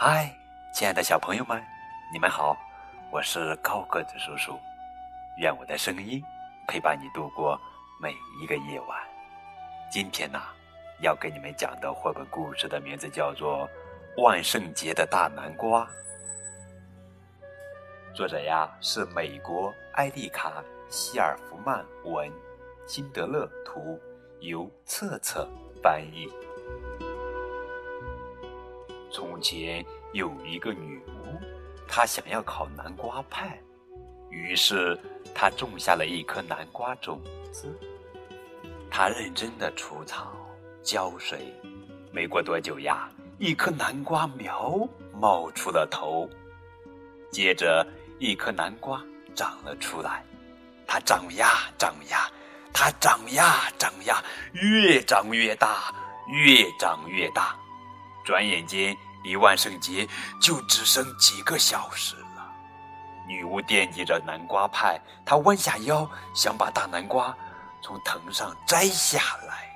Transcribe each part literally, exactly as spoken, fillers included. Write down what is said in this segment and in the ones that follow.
嗨，亲爱的小朋友们，你们好，我是高个子叔叔，愿我的声音陪伴你度过每一个夜晚。今天呢，要给你们讲的绘本故事的名字叫做《万圣节的大南瓜》，作者呀是美国埃丽卡·希尔弗曼文，辛德勒图，由策策翻译。从前有一个女巫，她想要烤南瓜派，于是她种下了一颗南瓜种子。她认真地除草浇水，没过多久呀，一颗南瓜苗冒出了头，接着一颗南瓜长了出来。它长呀长呀，它长呀长呀，越长越大，越长越大。转眼间离万圣节就只剩几个小时了。女巫惦记着南瓜派，她弯下腰想把大南瓜从藤上摘下来。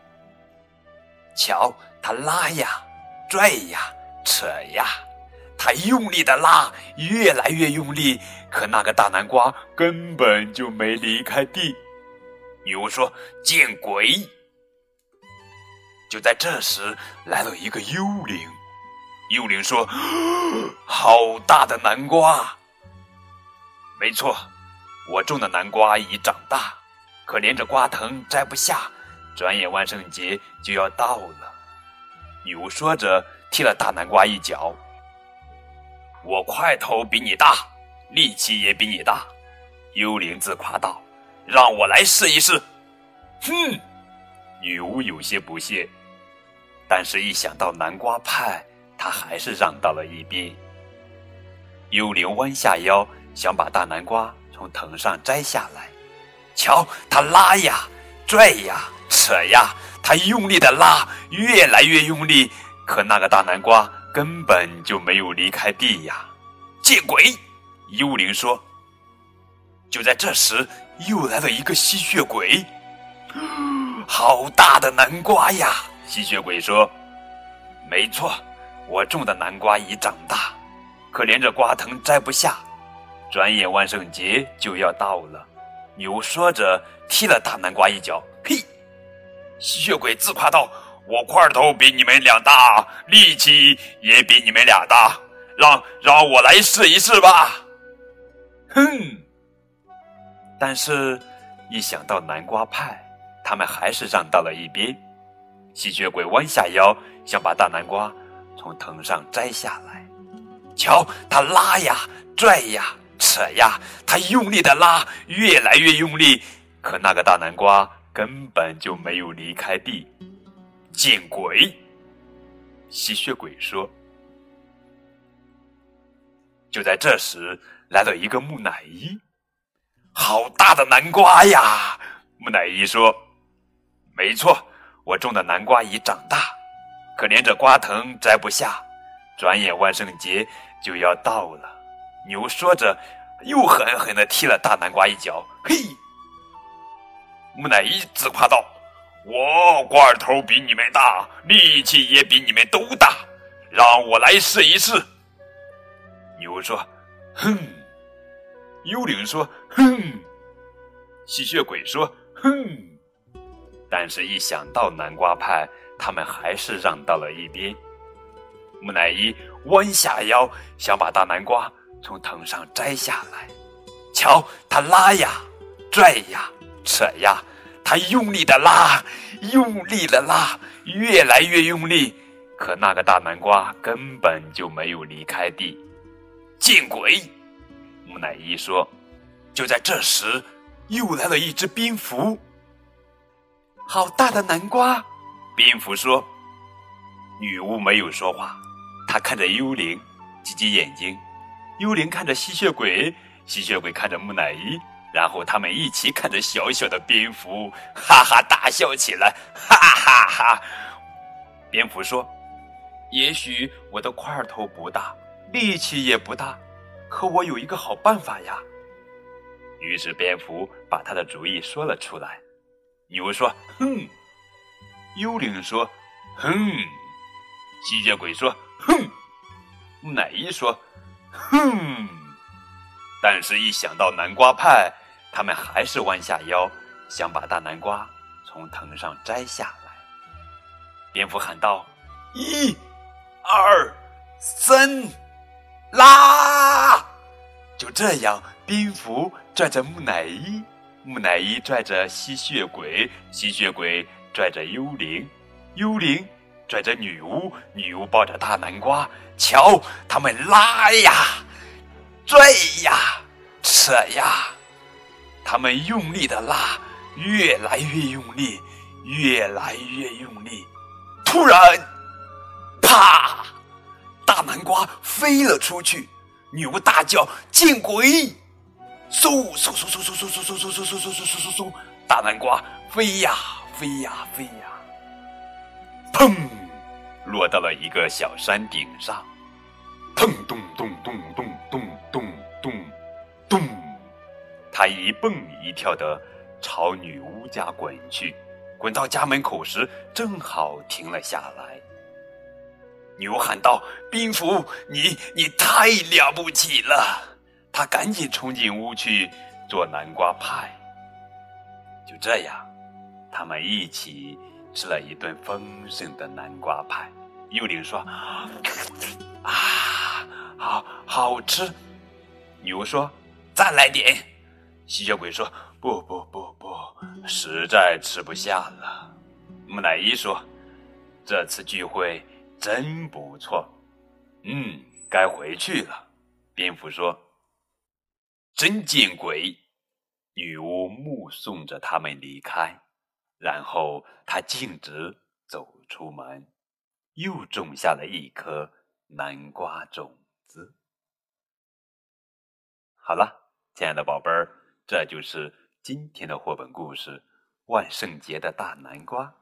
瞧，她拉呀拽呀扯呀，她用力的拉，越来越用力，可那个大南瓜根本就没离开地。女巫说：“见鬼！”就在这时，来了一个幽灵。幽灵说：“好大的南瓜！”没错，我种的南瓜已长大，可连着瓜藤摘不下，转眼万圣节就要到了。女巫说着，踢了大南瓜一脚。我块头比你大，力气也比你大，幽灵自夸道：“让我来试一试。”哼！女巫有些不屑，但是一想到南瓜派，她还是让到了一边。幽灵弯下腰，想把大南瓜从藤上摘下来。瞧，她拉呀拽呀扯呀，她用力的拉，越来越用力，可那个大南瓜根本就没有离开地呀。见鬼！幽灵说。就在这时，又来了一个吸血鬼。好大的南瓜呀！吸血鬼说。没错，我种的南瓜已长大，可连着瓜藤摘不下，转眼万圣节就要到了。女巫说着，踢了大南瓜一脚。嘿！吸血鬼自夸道：“我块头比你们俩大，力气也比你们俩大，让让我来试一试吧。”哼！但是，一想到南瓜派，他们还是让到了一边。吸血鬼弯下腰，想把大南瓜从藤上摘下来。瞧，他拉呀拽呀扯呀，他用力的拉，越来越用力，可那个大南瓜根本就没有离开地。见鬼！吸血鬼说。就在这时，来了一个木乃伊。好大的南瓜呀！木乃伊说。没错，我种的南瓜已长大，可连着瓜藤摘不下，转眼万圣节就要到了。牛说着，又狠狠地踢了大南瓜一脚。嘿！木乃伊自夸道：“我块头比你们大，力气也比你们都大，让我来试一试。”牛说：“哼！”幽灵说：“哼！”吸血鬼说：“哼！”但是一想到南瓜派，他们还是让到了一边。木乃伊弯下腰，想把大南瓜从藤上摘下来。瞧，他拉呀拽呀扯呀，他用力的拉，用力的拉，越来越用力，可那个大南瓜根本就没有离开地。见鬼！木乃伊说。就在这时，又来了一只蝙蝠。好大的南瓜！蝙蝠说。女巫没有说话，她看着幽灵，挤挤眼睛。幽灵看着吸血鬼，吸血鬼看着木乃伊，然后他们一起看着小小的蝙蝠，哈哈大笑起来，哈哈哈！蝙蝠说：“也许我的块头不大，力气也不大，可我有一个好办法呀。”于是蝙蝠把他的主意说了出来。牛说：“哼！”幽灵说：“哼！”吸血鬼说：“哼！” 木乃伊说：“哼！”但是，一想到南瓜派，他们还是弯下腰，想把大南瓜从藤上摘下来。蝙蝠喊道：“一、二、三，拉！”就这样，蝙蝠拽着木乃伊，木乃伊拽着吸血鬼，吸血鬼拽着幽灵，幽灵拽着女巫，女巫抱着大南瓜。瞧，他们拉呀，拽呀，扯呀，他们用力的拉，越来越用力，越来越用力。突然，啪！大南瓜飞了出去。女巫大叫：“见鬼！”嗖嗖嗖嗖嗖嗖嗖嗖嗖嗖嗖嗖嗖嗖嗖嗖，大南瓜飞呀飞呀飞呀，砰，落到了一个小山顶上。砰咚咚咚咚咚咚咚咚，他一蹦一跳地朝女巫家滚去，滚到家门口时，正好停了下来。女巫喊道：“蝙蝠，你你太了不起了！”他赶紧冲进屋去做南瓜派。就这样，他们一起吃了一顿丰盛的南瓜派。幽灵说：“啊，好好吃。”女巫说：“再来点。”吸血鬼说：“不不不不，实在吃不下了。”木乃伊说：“这次聚会真不错。”嗯，该回去了。蝙蝠说：“真见鬼！”女巫目送着他们离开，然后她径直走出门，又种下了一颗南瓜种子。好了，亲爱的宝贝儿，这就是今天的绘本故事《万圣节的大南瓜》。